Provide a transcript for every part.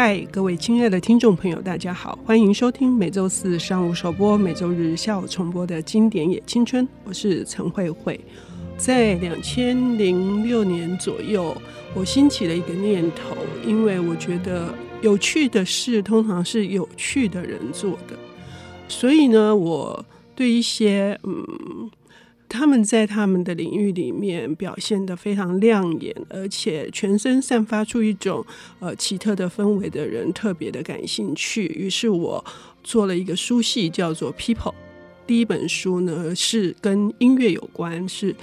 嗨，各位亲爱的听众朋友大家好，欢迎收听每周四上午首播每周日下午重播的经典也青春，我是陈慧慧。在2006年左右，我兴起了一个念头，因为我觉得有趣的事通常是有趣的人做的，所以呢，我对一些他们在他们的领域里面表现得非常亮眼，而且全身散发出一种奇特的氛围的人特别的感兴趣，于是我做了一个书系叫做 People。 第一本书呢是跟音乐有关，是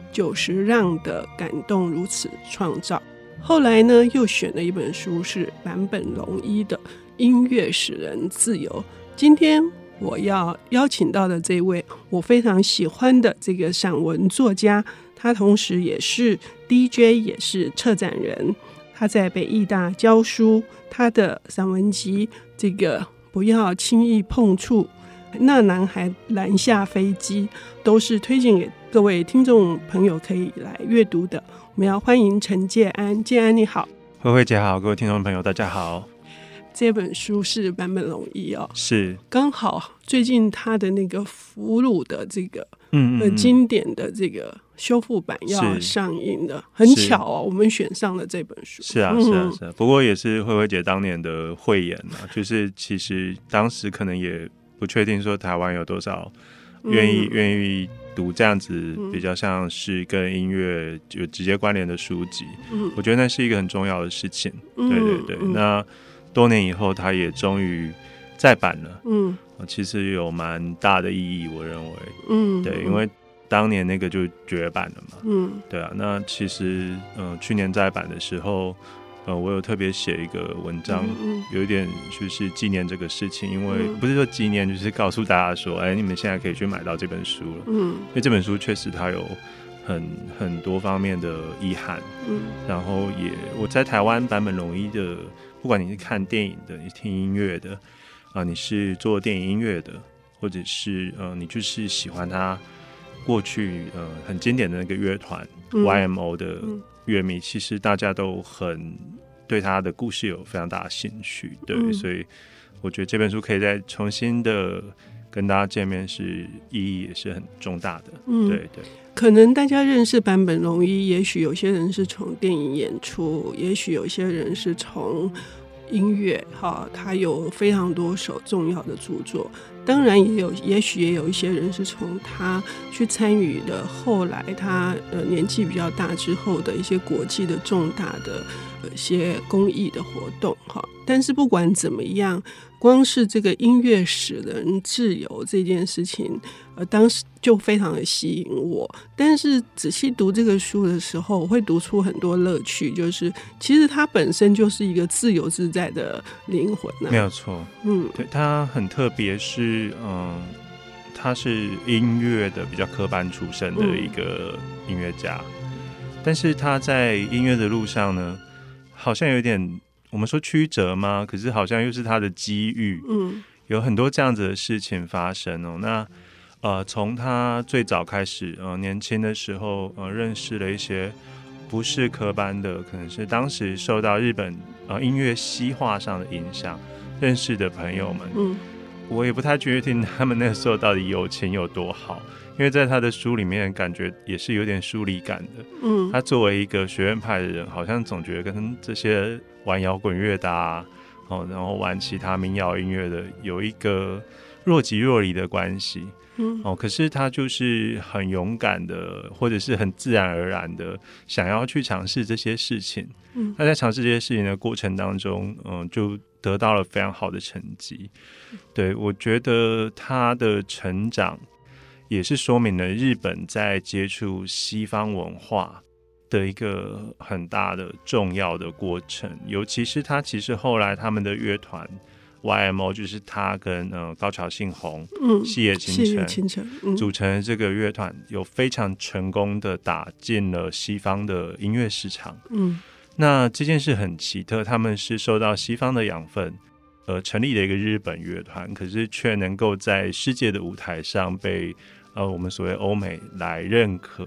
90让的感动如此创造。后来呢又选了一本书是坂本龙一的音乐使人自由。今天我要邀请到的这位我非常喜欢的这个散文作家，他同时也是 DJ 也是策展人，他在北艺大教书，他的散文集这个不要轻易碰触，那男孩拦下飞机，都是推荐给各位听众朋友可以来阅读的。我们要欢迎陈介安。介安你好。 慧慧姐好，各位听众朋友大家好。 这本书是坂本龙一哦， 是刚好最近他的那个俘虏的这个经典的这个修复版要上映了，很巧哦，我们选上了这本书。 是啊是啊是啊，不过也是慧慧姐当年的慧眼啊，就是其实当时可能也不确定说台湾有多少愿意读这样子比较像是跟音乐有直接关联的书籍，我觉得那是一个很重要的事情。对对对，那多年以后他也终于再版了，其实有蛮大的意义，我认为，对，因为当年那个就绝版了嘛，对啊，那其实去年再版的时候，我有特别写一个文章，有一点就是纪念这个事情，因为不是说纪念，就是告诉大家说，哎，你们现在可以去买到这本书了，因为这本书确实它有很多方面的意涵，然后也我在台湾坂本龙一的，不管你是看电影的，你是听音乐的，你是做电影音乐的，或者是你就是喜欢他过去很经典的那个乐团 YMO 的乐迷，其实大家都很对他的故事有非常大的兴趣，对，所以我觉得这本书可以再重新的跟大家见面，是意义也是很重大的，对对。 可能大家认识坂本龙一，也许有些人是从电影演出，也许有些人是从音乐，他有非常多首重要的著作，当然也许也有一些人是从他去参与的后来他年纪比较大之后的一些国际的重大的一些公益的活动，但是不管怎么样，光是这个音乐使人自由这件事情当时就非常的吸引我。但是仔细读这个书的时候，我会读出很多乐趣，就是其实它本身就是一个自由自在的灵魂， 没有错，对，它很特别，是他是音乐的比较科班出身的一个音乐家，但是他在音乐的路上呢，好像有点我们说曲折吗？可是好像又是他的机遇，有很多这样子的事情发生哦。那从他最早开始，年轻的时候，认识了一些不是科班的，可能是当时受到日本音乐西化上的影响认识的朋友们，我也不太确定他们那时候到底友情有多好，因为在他的书里面感觉也是有点疏离感的。他作为一个学院派的人，好像总觉得跟这些玩摇滚乐的然后玩其他民谣音乐的有一个若即若离的关系。可是他就是很勇敢的，或者是很自然而然的想要去尝试这些事情。他在尝试这些事情的过程当中，就得到了非常好的成绩。对，我觉得他的成长也是说明了日本在接触西方文化的一个很大的重要的过程，尤其是他其实后来他们的乐团YMO 就是他跟高桥幸宏、细野晴臣组成的这个乐团，有非常成功的打进了西方的音乐市场。那这件事很奇特，他们是受到西方的养分成立的一个日本乐团，可是却能够在世界的舞台上被我们所谓欧美来认可，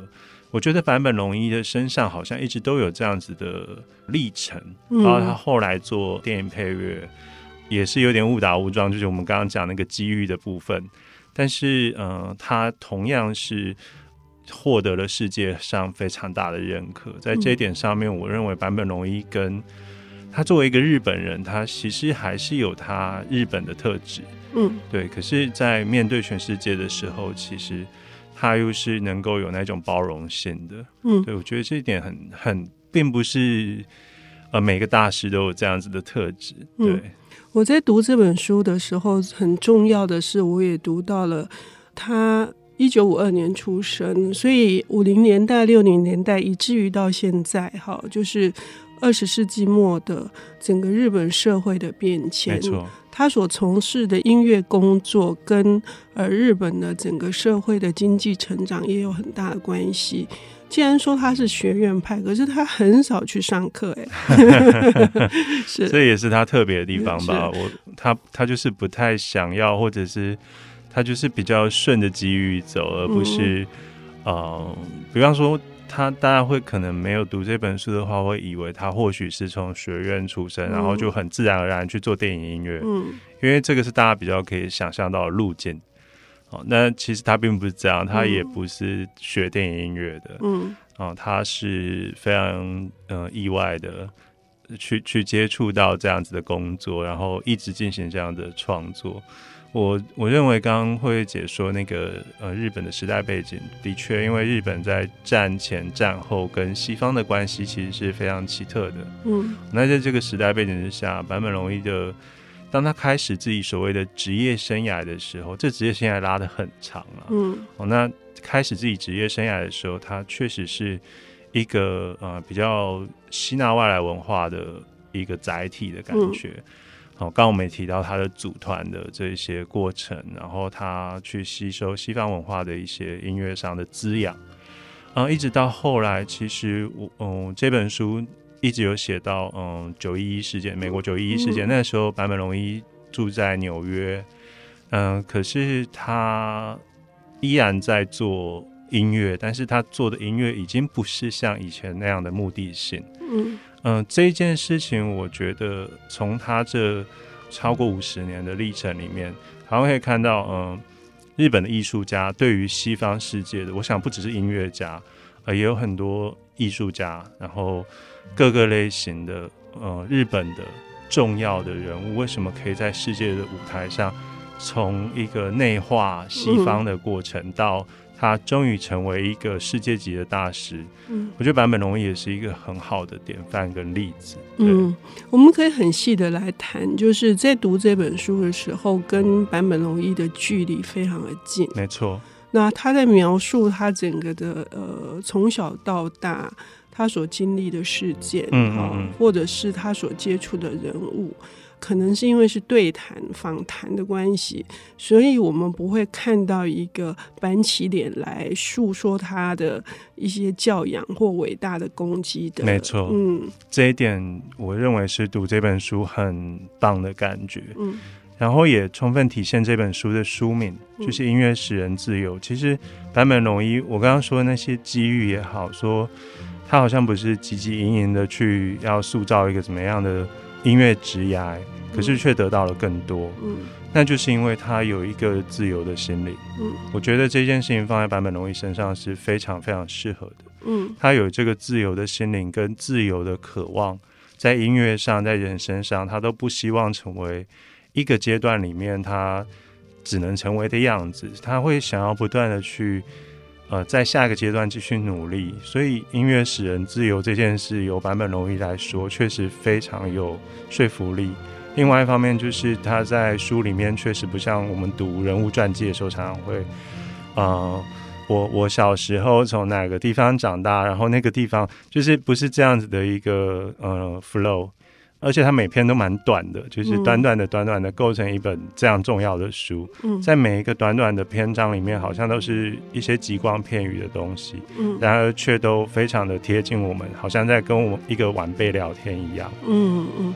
我觉得坂本龙一的身上好像一直都有这样子的历程，然后他后来做电影配乐也是有点误打误撞，就是我们刚刚讲那个机遇的部分，但是他同样是获得了世界上非常大的认可，在这一点上面我认为坂本龙一跟他作为一个日本人，他其实还是有他日本的特质，对，可是在面对全世界的时候，其实他又是能够有那种包容性的，对，我觉得这一点很并不是每个大师都有这样子的特质，对。 我在读这本书的时候，很重要的是我也读到了他1952年出生，所以50年代60年代以至于到现在就是20世纪末的整个日本社会的变迁， 没错， 他所从事的音乐工作跟日本的整个社会的经济成长也有很大的关系。既然说他是学院派，可是他很少去上课，是， 这也是他特别的地方吧。他就是不太想要，或者是他就是比较顺着机遇走，而不是比方说大家会可能没有读这本书的话，会以为他或许是从学院出身，然后就很自然而然去做电影音乐，因为这个是大家比较可以想象到的路径。那其实他并不是这样，他也不是学电影音乐的，他是非常意外的去接触到这样子的工作，然后一直进行这样的创作。我认为刚刚慧姐说那个日本的时代背景，的确，因为日本在战前战后跟西方的关系其实是非常奇特的。那在这个时代背景之下，坂本龙一的当他开始自己所谓的职业生涯的时候，这职业生涯拉得很长那开始自己职业生涯的时候，他确实是一个比较吸纳外来文化的一个载体的感觉。刚刚我们也提到他的组团的这些过程，然后他去吸收西方文化的一些音乐上的滋养，一直到后来，其实这本书一直有写到911事件，美国911事件，那时候坂本龙一住在纽约，可是他依然在做音乐，但是他做的音乐已经不是像以前那样的目的性。这一件事情，我觉得从他这超过50年的历程里面，好像可以看到，日本的艺术家对于西方世界的，我想不只是音乐家，也有很多艺术家，然后各个类型的日本的重要的人物，为什么可以在世界的舞台上，从一个内化西方的过程到他终于成为一个世界级的大师，我觉得坂本龙一也是一个很好的典范跟例子。 我们可以很细的来谈，就是在读这本书的时候，跟坂本龙一的距离非常的近。 没错。 那他在描述他整个的从小到大他所经历的事件，或者是他所接触的人物。可能是因为是对谈访谈的关系，所以我们不会看到一个板起脸来述说他的一些教养或伟大的功绩的。 没错，这一点我认为是读这本书很棒的感觉。然后也充分体现这本书的书名，就是音乐使人自由。其实坂本龙一，我刚刚说的那些机遇也好，说他好像不是汲汲营营的去要塑造一个怎么样的音乐职涯，可是却得到了更多，那就是因为他有一个自由的心灵。我觉得这件事情放在坂本龙一身上是非常非常适合的。他有这个自由的心灵跟自由的渴望，在音乐上，在人生上，他都不希望成为一个阶段里面他只能成为的样子，他会想要不断的去在下一个阶段继续努力。所以音乐使人自由这件事，由坂本龙一来说确实非常有说服力。另外一方面就是他在书里面确实不像我们读人物传记的时候常常会我小时候从哪个地方长大，然后那个地方就是不是这样子的一个flow， 而且它每篇都蛮短的，就是短短的构成一本这样重要的书。在每一个短短的篇章里面，好像都是一些极光片语的东西，然而却都非常的贴近我们，好像在跟我一个晚辈聊天一样。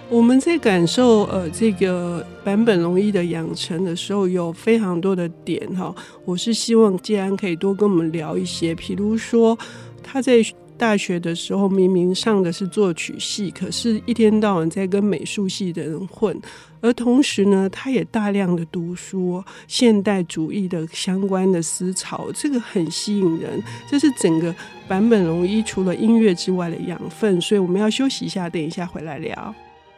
我们在感受这个坂本龙一的养成的时候，有非常多的点哈。我是希望既然可以多跟我们聊一些，比如说他在大学的时候明明上的是作曲系，可是一天到晚在跟美术系的人混，而同时呢他也大量的读书现代主义的相关的思潮，这个很吸引人，这是整个坂本龙一除了音乐之外的养分。所以我们要休息一下，等一下回来聊。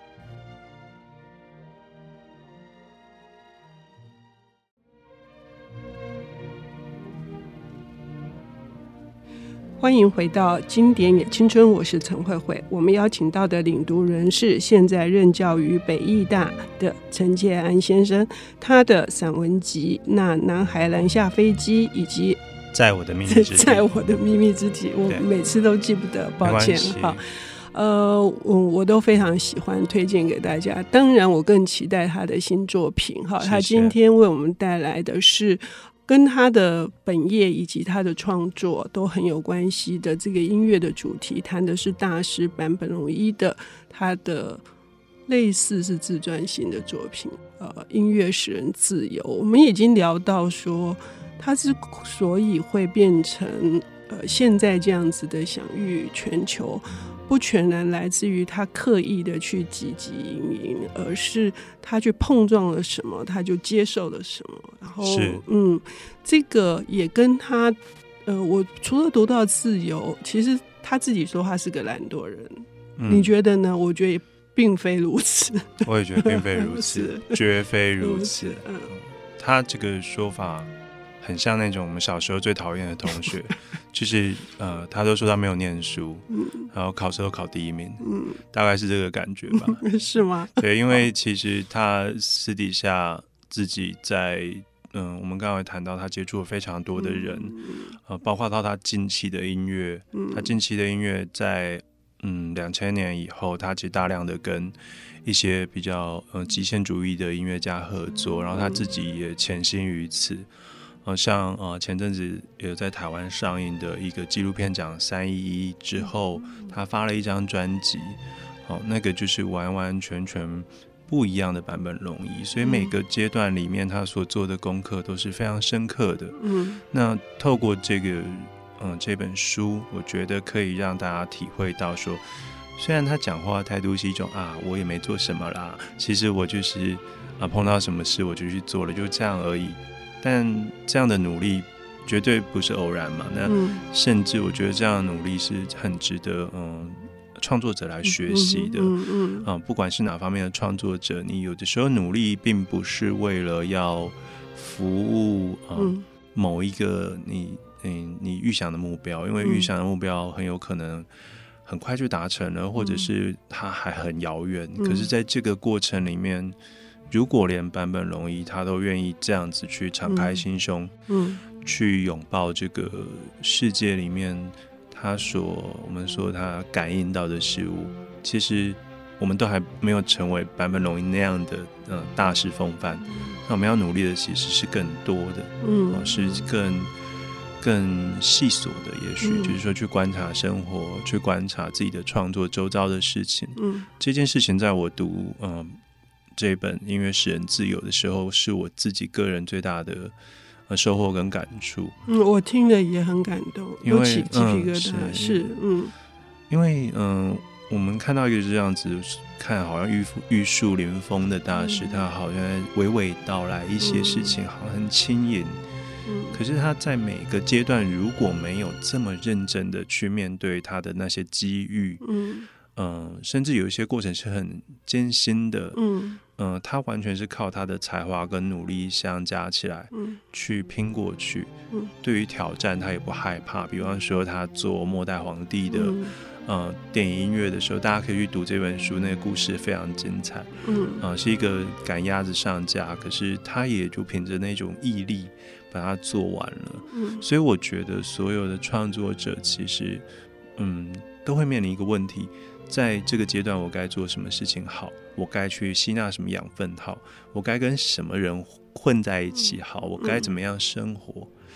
欢迎回到经典也青春，我是陈慧慧。我们邀请到的领读人是现在任教于北艺大的陈介安先生，他的散文集《那男孩拦下飞机》以及在我的秘密之体， 在我的秘密之体，我每次都记不得，抱歉。好，我都非常喜欢，推荐给大家。当然我更期待他的新作品。好，他今天为我们带来的是跟他的本业以及他的创作都很有关系的这个音乐的主题，谈的是大师坂本龙一的他的类似是自传型的作品，音乐使人自由。我们已经聊到说他之所以会变成现在这样子的享誉全球，不全然来自于他刻意的去汲汲营营，而是他去碰撞了什么他就接受了什么。然后这个也跟他我除了读到自由，其实他自己说他是个懒惰人，你觉得呢？我觉得也并非如此。 我也觉得并非如此绝非如此。他这个说法很像那种我们小时候最讨厌的同学就是他都说他没有念书，然后考试都考第一名，大概是这个感觉吧。 是吗？ 对，因为其实他私底下自己在我们刚才谈到他接触了非常多的人，包括到他近期的音乐，他近期的音乐在2000年以后，他其实大量的跟一些比较极限主义的音乐家合作，然后他自己也潜心于此。像前阵子也有在台湾上映的一个纪录片讲311之后，他发了一张专辑，那个就是完完全全不一样的坂本龙一，所以每个阶段里面他所做的功课都是非常深刻的。那透过这本书，我觉得可以让大家体会到说，虽然他讲话态度是一种我也没做什么啦，其实我就是碰到什么事我就去做了，就这样而已。但这样的努力绝对不是偶然嘛，那甚至我觉得这样的努力是很值得创作者来学习的。不管是哪方面的创作者，你有的时候努力并不是为了要服务某一个你预想的目标，因为预想的目标很有可能很快就达成了，或者是它还很遥远。可是在这个过程里面，如果连坂本龙一他都愿意这样子去敞开心胸，去拥抱这个世界里面我们说他感应到的事物，其实我们都还没有成为坂本龙一那样的大师风范。那我们要努力的其实是更多的，是更细琐的，也许就是说去观察生活，去观察自己的创作周遭的事情。这件事情在我读这本音乐使人自由的时候，是我自己个人最大的收获跟感触。我听了也很感动，有起鸡皮疙瘩。是因为我们看到一个这样子看好像玉树临风的大师，他好像娓娓道来一些事情，好像很轻盈。可是他在每个阶段如果没有这么认真的去面对他的那些机遇，甚至有一些过程是很艰辛的，他完全是靠他的才华跟努力相加起来，去拼过去。对于挑战他也不害怕，比方说他做末代皇帝的电影音乐的时候，大家可以去读这本书，那个故事非常精彩。是一个赶鸭子上架，可是他也就凭着那种毅力把它做完了。所以我觉得所有的创作者其实都会面临一个问题，在这个阶段我该做什么事情好，我该去吸纳什么养分好，我该跟什么人混在一起好，我该怎么样生活。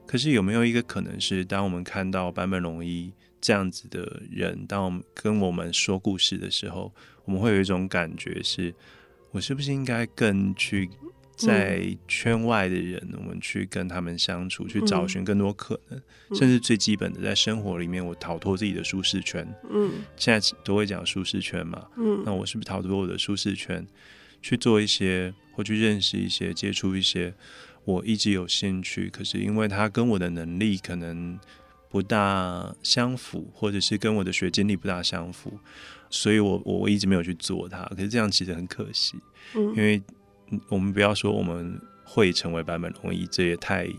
可是有没有一个可能是，当我们看到坂本龙一这样子的人，当我们跟我们说故事的时候，我们会有一种感觉是，我是不是应该更去在圈外的人，我们去跟他们相处，去找寻更多可能，甚至最基本的在生活里面，我逃脱自己的舒适圈。现在都会讲舒适圈嘛，那我是不是逃脱我的舒适圈，去做一些或去认识一些、接触一些我一直有兴趣，可是因为他跟我的能力可能不大相符，或者是跟我的学经历不大相符，所以我一直没有去做它。可是这样其实很可惜，因为我们不要说我们会成为坂本龙一，这也太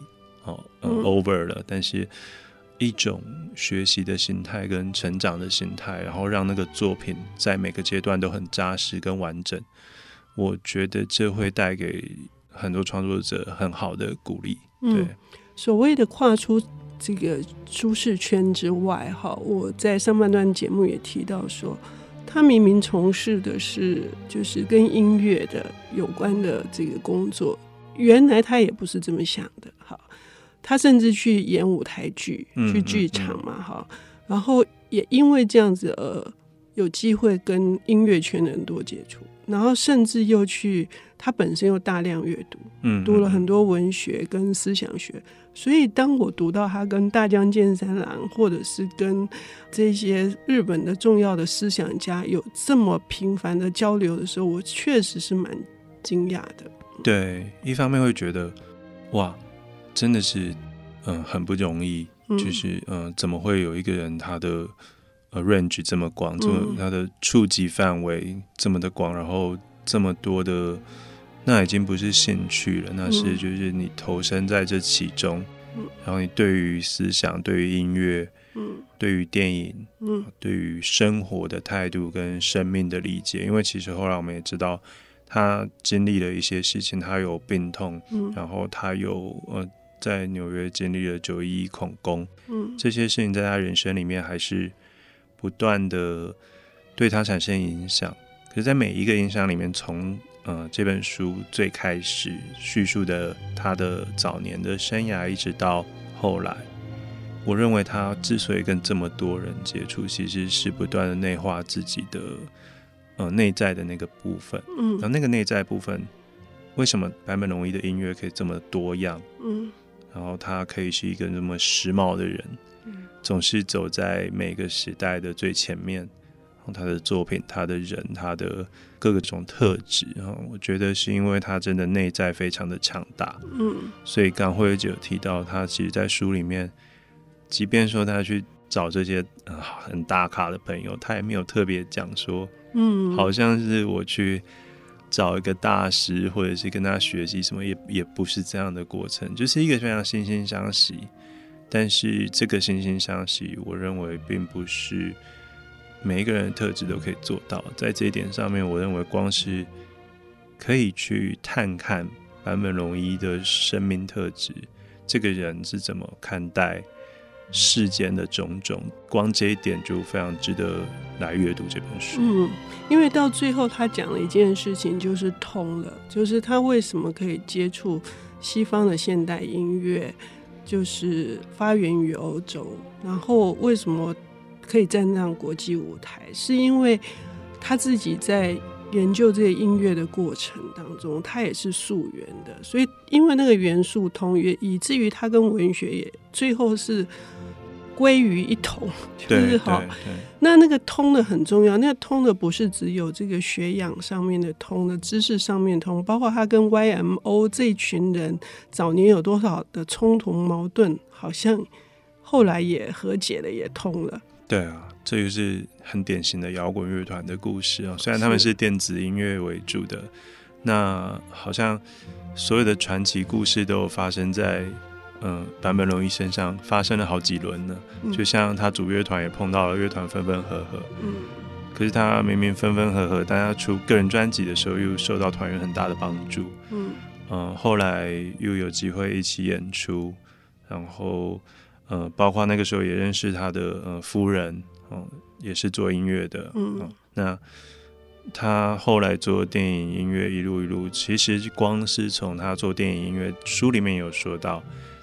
over 了，但是一种学习的心态跟成长的心态，然后让那个作品在每个阶段都很扎实跟完整，我觉得这会带给很多创作者很好的鼓励。对， 所谓的跨出这个舒适圈之外，我在上半段节目也提到说，他明明从事的是就是跟音乐的有关的这个工作，原来他也不是这么想的。他甚至去演舞台剧，去剧场嘛，然后也因为这样子有机会跟音乐圈的人多接触，然后甚至又去他本身又大量阅读，读了很多文学跟思想学，所以当我读到他跟大江健三郎或者是跟这些日本的重要的思想家有这么频繁的交流的时候，我确实是蛮惊讶的。 对，一方面会觉得哇，真的是很不容易，就是怎么会有一个人他的range 这么广，他的触及范围这么的广，然后这么多的，那已经不是兴趣了，那是就是你投身在这其中，然后你对于思想、对于音乐、对于电影、对于生活的态度跟生命的理解。因为其实后来我们也知道，他经历了一些事情，他有病痛，然后他有在纽约经历了911恐攻，这些事情在他人生里面还是不断的对他产生影响。可是在每一个影响里面，从这本书最开始叙述的他的早年的生涯，一直到后来，我认为他之所以跟这么多人接触，其实是不断的内化自己的内在的那个部分。然后那个内在部分，为什么坂本龙一的音乐可以这么多样？然后他可以是一个这么时髦的人，总是走在每个时代的最前面。然后他的作品、他的人、他的各种特质，然后我觉得是因为他真的内在非常的强大。所以刚慧姐有提到，他其实在书里面，即便说他去找这些很大咖的朋友，他也没有特别讲说，好像是我去找一个大师或者是跟他学习什么，也不是这样的过程，就是一个非常惺惺相惜。但是这个惺惺相惜，我认为并不是每一个人的特质都可以做到。在这一点上面，我认为光是可以去探看坂本龙一的生命特质，这个人是怎么看待世间的种种，光这一点就非常值得来阅读这本书。 因为到最后他讲了一件事情，就是通了，就是他为什么可以接触西方的现代音乐，就是发源于欧洲，然后为什么可以站上国际舞台，是因为他自己在研究这个音乐的过程当中，他也是溯源的，所以因为那个元素通，以至于他跟文学也最后是归于一统，就是好。那个通的很重要，那个通的不是只有这个学养上面的通的知识上面通，包括他跟 YMO 这一群人早年有多少的冲突矛盾，好像后来也和解了，也通了。 对啊，这就是很典型的摇滚乐团的故事啊。虽然他们是电子音乐为主的，那好像所有的传奇故事都有发生在坂本龙一身上，发生了好几轮呢。就像他组乐团也碰到了乐团分分合合，可是他明明分分合合，但他出个人专辑的时候又受到团员很大的帮助。后来又有机会一起演出，然后包括那个时候也认识他的夫人，也是做音乐的。那他后来做电影音乐一路，其实光是从他做电影音乐，书里面有说到，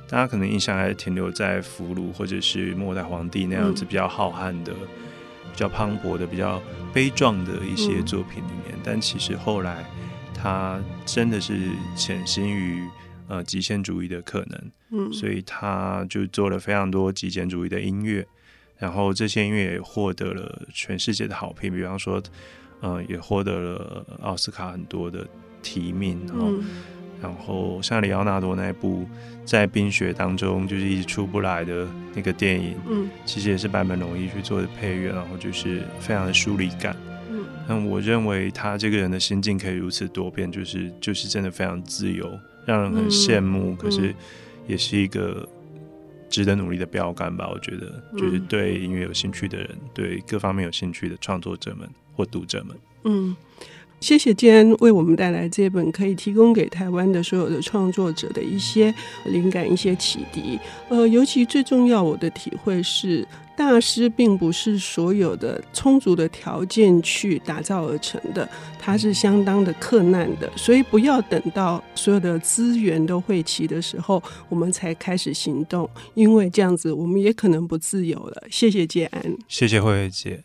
大家可能印象还是停留在俘虏或者是末代皇帝那样子比较浩瀚的、比较磅礴的、比较悲壮的一些作品里面，但其实后来他真的是潜心于极简主义的可能，所以他就做了非常多极简主义的音乐，然后这些音乐也获得了全世界的好评，比方说也获得了奥斯卡很多的提名，然后像里奥纳多那一部在冰雪当中就是一直出不来的那个电影，其实也是坂本龙一去做的配乐，然后就是非常的疏离感。但我认为他这个人的心境可以如此多变，就是真的非常自由，让人很羡慕，可是也是一个值得努力的标杆吧。我觉得就是对音乐有兴趣的人，对各方面有兴趣的创作者们或读者们。 谢谢建安为我们带来这本可以提供给台湾的所有的创作者的一些灵感、一些启迪。尤其最重要，我的体会是，大师并不是所有的充足的条件去打造而成的，它是相当的克难的。所以不要等到所有的资源都汇齐的时候，我们才开始行动，因为这样子我们也可能不自由了。谢谢建安， 谢谢慧慧姐。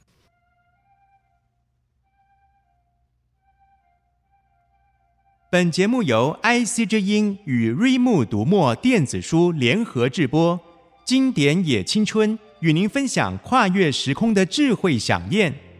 本节目由 IC 之音与瑞木读墨电子书联合制播，经典也青春与您分享跨越时空的智慧饗宴。